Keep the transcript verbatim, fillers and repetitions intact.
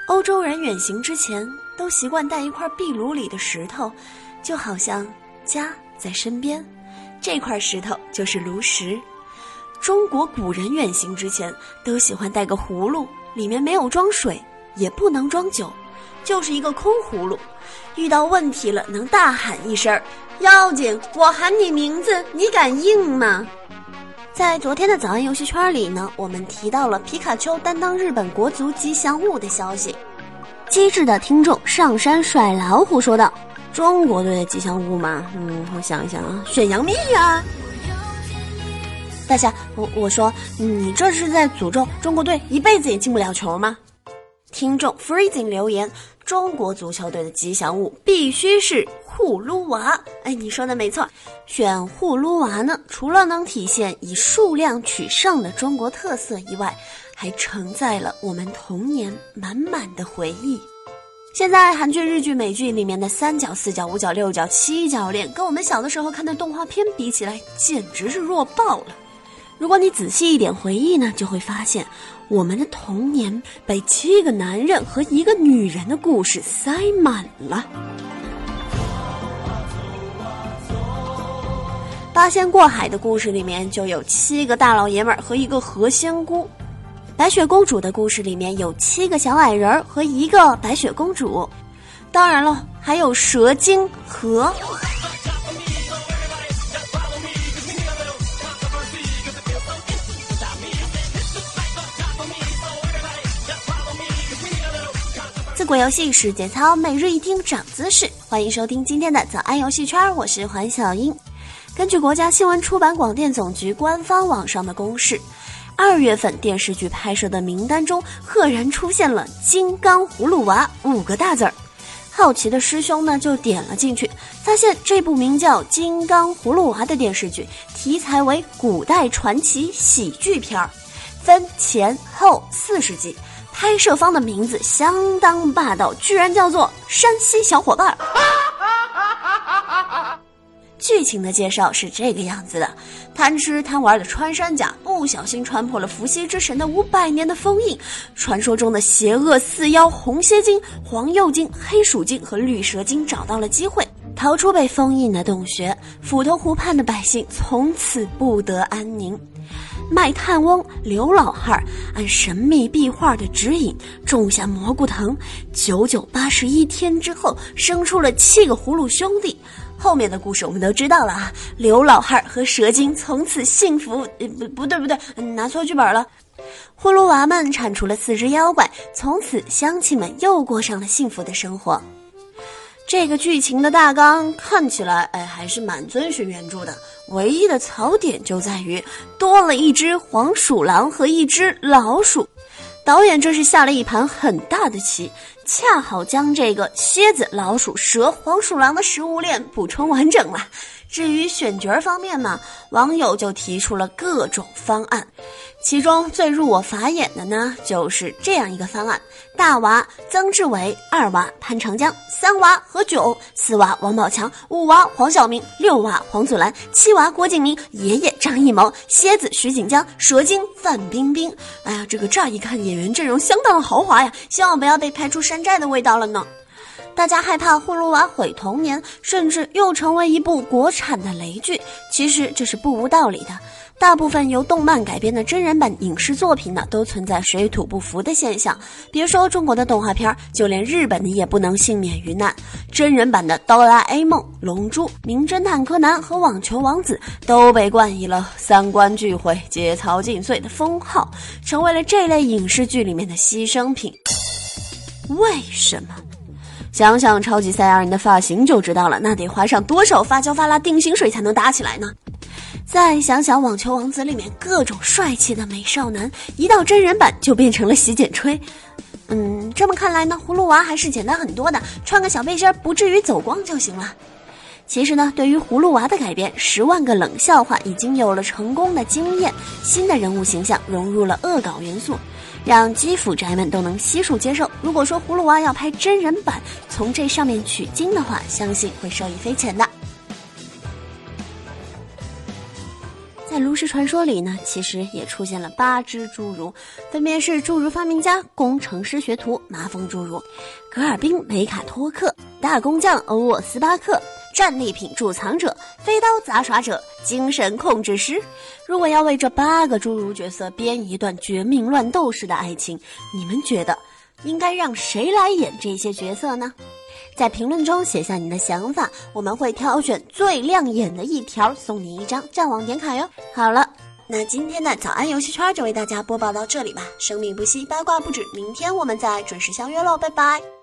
欧洲人远行之前都习惯带一块壁炉里的石头，就好像家在身边，这块石头就是炉石。中国古人远行之前都喜欢带个葫芦，里面没有装水，也不能装酒，就是一个空葫芦。遇到问题了能大喊一声，妖精，我喊你名字，你敢应吗？在昨天的早安游戏圈里呢，我们提到了皮卡丘担当日本国足吉祥物的消息。机智的听众上山甩老虎说道，中国队的吉祥物嘛，嗯，我想一想啊，选杨幂啊。大侠，我我说你这是在诅咒中国队一辈子也进不了球吗？听众 Freezing 留言，中国足球队的吉祥物必须是葫芦娃。哎，你说的没错，选葫芦娃呢，除了能体现以数量取胜的中国特色以外，还承载了我们童年满满的回忆。现在韩剧、日剧、美剧里面的三角、四角、五角、六角、七角恋，跟我们小的时候看的动画片比起来，简直是弱爆了。如果你仔细一点回忆呢，就会发现我们的童年被七个男人和一个女人的故事塞满了。八仙过海的故事里面就有七个大老爷们儿和一个何仙姑，白雪公主的故事里面有七个小矮人和一个白雪公主，当然了，还有蛇精和自古游戏是节操，每日一听长姿势。欢迎收听今天的早安游戏圈，我是黄小英。根据国家新闻出版广电总局官方网上的公示，二月份电视剧拍摄的名单中赫然出现了金刚葫芦娃五个大字儿。好奇的师兄呢就点了进去，发现这部名叫金刚葫芦娃的电视剧题材为古代传奇喜剧片，分前后四十集，拍摄方的名字相当霸道，居然叫做山西小伙伴。剧情的介绍是这个样子的，贪吃贪玩的穿山甲不小心穿破了伏羲之神的五百年的封印，传说中的邪恶四妖红蝎精、黄鼬精、黑鼠精和绿蛇精找到了机会，逃出被封印的洞穴，斧头湖畔的百姓从此不得安宁。卖炭翁刘老汉按神秘壁画的指引种下蘑菇藤，九九八十一天之后生出了七个葫芦兄弟。后面的故事我们都知道了啊，刘老汉和蛇精从此幸福，呃、不不对不对，拿错剧本了。葫芦娃们铲除了四只妖怪，从此乡亲们又过上了幸福的生活。这个剧情的大纲看起来哎还是蛮遵循原著的，唯一的槽点就在于多了一只黄鼠狼和一只老鼠。导演这是下了一盘很大的棋，恰好将这个蝎子、老鼠、蛇、黄鼠狼的食物链补充完整了。至于选角方面嘛，网友就提出了各种方案，其中最入我法眼的呢，就是这样一个方案：大娃曾志伟，二娃潘长江，三娃何炅，四娃王宝强，五娃黄晓明，六娃黄祖蓝，七娃郭敬明，爷爷张艺谋，蝎子徐锦江，蛇精范冰冰。哎呀，这个乍一看演员阵容相当豪华呀，希望不要被拍出山寨的味道了呢。大家害怕葫芦娃毁童年，甚至又成为一部国产的雷剧，其实这是不无道理的。大部分由动漫改编的真人版影视作品呢，都存在水土不服的现象。别说中国的动画片，就连日本的也不能幸免于难。真人版的哆啦 A 梦、龙珠、名侦探柯南和网球王子都被冠以了三观俱毁、节操尽碎的封号，成为了这类影视剧里面的牺牲品。为什么？想想超级赛亚人的发型就知道了，那得花上多少发胶发蜡定型水才能搭起来呢？再想想网球王子里面各种帅气的美少男，一到真人版就变成了洗剪吹。嗯，这么看来呢，葫芦娃还是简单很多的，穿个小背心不至于走光就行了。其实呢，对于葫芦娃的改编，十万个冷笑话已经有了成功的经验，新的人物形象融入了恶搞元素，让基辅宅们都能悉数接受。如果说葫芦娃要拍真人版，从这上面取经的话，相信会受益匪浅的。 在炉石传说里呢，其实也出现了八只侏儒，分别是侏儒发明家、工程师学徒麻风侏儒、格尔宾雷卡托克、大工匠欧沃斯巴克、战利品贮藏者、飞刀杂耍者、精神控制师。如果要为这八个侏儒角色编一段绝命乱斗式的爱情，你们觉得应该让谁来演这些角色呢？在评论中写下你的想法，我们会挑选最亮眼的一条，送你一张战网点卡哟。好了，那今天的早安游戏圈就为大家播报到这里吧。生命不息，八卦不止，明天我们再准时相约喽，拜拜。